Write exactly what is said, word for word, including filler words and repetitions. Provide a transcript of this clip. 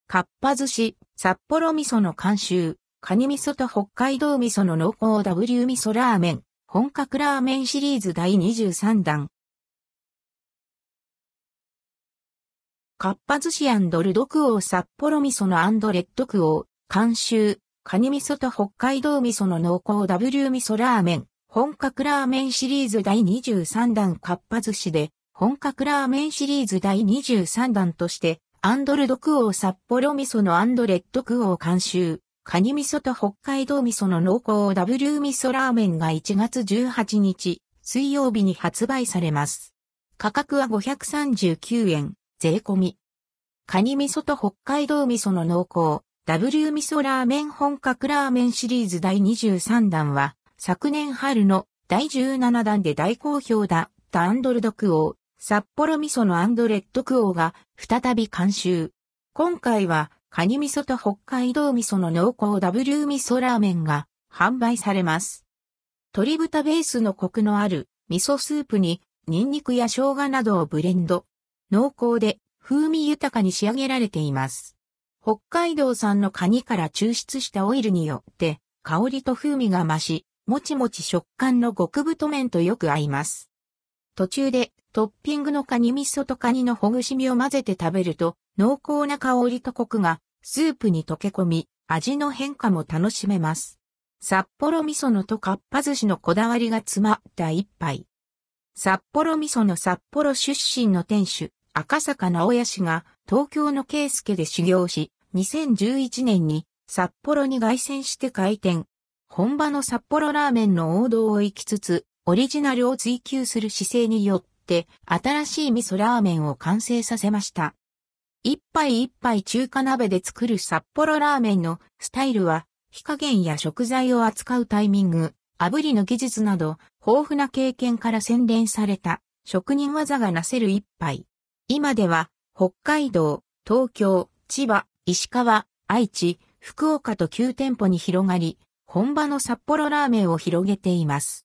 かっぱ寿司、札幌味噌の監修、カニ味噌と北海道味噌の濃厚 W 味噌ラーメン、本格ラーメンシリーズだいにじゅうさんだん。かっぱ寿司&ルドクオー札幌味噌の&レッドクオー、監修、カニ味噌と北海道味噌の濃厚 W 味噌ラーメン、本格ラーメンシリーズだいにじゅうさんだんかっぱ寿司で、本格ラーメンシリーズだいにじゅうさんだんとして、&ルドクオー札幌味噌の&レッドクオー監修、カニ味噌と北海道味噌の濃厚 W 味噌ラーメンがいちがつじゅうはちにち、水曜日に発売されます。価格はごひゃくさんじゅうきゅうえん、税込み。カニ味噌と北海道味噌の濃厚、W 味噌ラーメン本格ラーメンシリーズだいにじゅうさんだんは、昨年春のだいじゅうななだんで大好評だった&ルドクオー、札幌味噌の&レッドクオーが再び監修。今回はカニ味噌と北海道味噌の濃厚 W 味噌ラーメンが販売されます。鶏豚ベースのコクのある味噌スープにニンニクや生姜などをブレンド。濃厚で風味豊かに仕上げられています。北海道産のカニから抽出したオイルによって香りと風味が増し、もちもち食感の極太麺とよく合います。途中でトッピングのカニ味噌とカニのほぐし身を混ぜて食べると濃厚な香りとコクがスープに溶け込み味の変化も楽しめます。札幌味噌のとかっぱ寿司のこだわりが詰まった一杯。札幌味噌の札幌出身の店主赤坂直哉氏が東京の圭介で修行しにせんじゅういちねんに札幌に凱旋して開店。本場の札幌ラーメンの王道を行きつつオリジナルを追求する姿勢によって新しい味噌ラーメンを完成させました。一杯一杯中華鍋で作る札幌ラーメンのスタイルは火加減や食材を扱うタイミング、炙りの技術など豊富な経験から洗練された職人技がなせる一杯。今では北海道、東京、千葉、石川、愛知、福岡ときゅうてんぽに広がり、本場の札幌ラーメンを広げています。